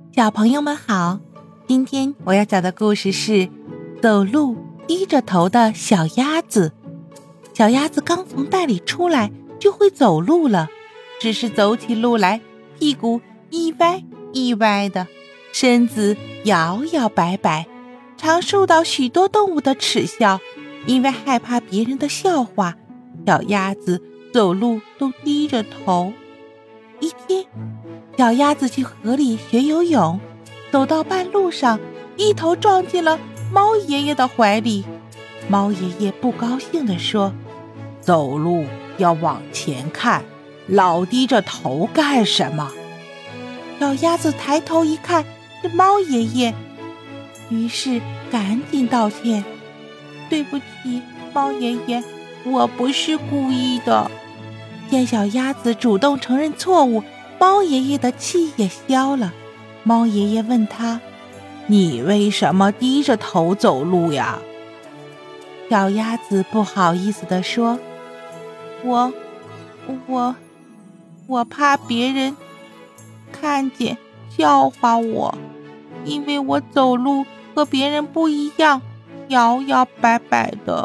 小朋友们好，今天我要讲的故事是走路低着头的小鸭子。小鸭子刚从袋里出来就会走路了，只是走起路来屁股一歪一歪的，身子摇摇摆摆，常受到许多动物的耻笑。因为害怕别人的笑话，小鸭子走路都低着头。一天，小鸭子去河里学游泳，走到半路上，一头撞进了猫爷爷的怀里。猫爷爷不高兴地说：走路要往前看，老低着头干什么？小鸭子抬头一看，是猫爷爷，于是赶紧道歉：对不起，猫爷爷，我不是故意的。见小鸭子主动承认错误，猫爷爷的气也消了。猫爷爷问他：你为什么低着头走路呀？小鸭子不好意思地说：我怕别人看见笑话我，因为我走路和别人不一样，摇摇摆摆的。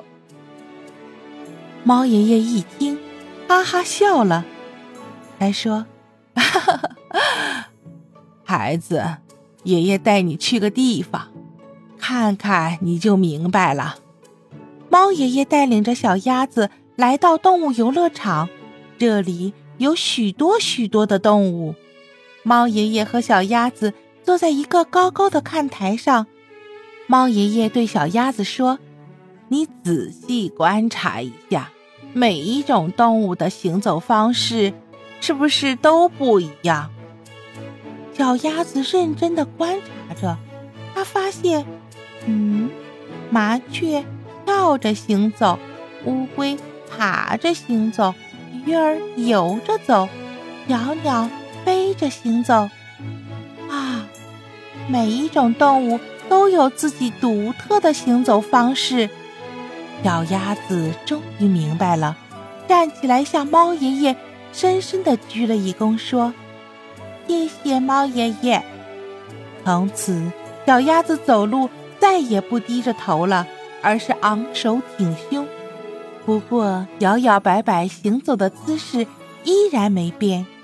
猫爷爷一听，哈哈笑了，还说：孩子，爷爷带你去个地方，看看你就明白了。猫爷爷带领着小鸭子来到动物游乐场，这里有许多许多的动物。猫爷爷和小鸭子坐在一个高高的看台上，猫爷爷对小鸭子说：你仔细观察一下，每一种动物的行走方式是不是都不一样？小鸭子认真地观察着，它发现，麻雀跳着行走，乌龟爬着行走，鱼儿游着走，小鸟飞着行走。啊，每一种动物都有自己独特的行走方式。小鸭子终于明白了，站起来向猫爷爷深深地鞠了一躬，说：谢谢猫爷爷。从此，小鸭子走路再也不低着头了，而是昂首挺胸。不过，摇摇摆摆行走的姿势依然没变。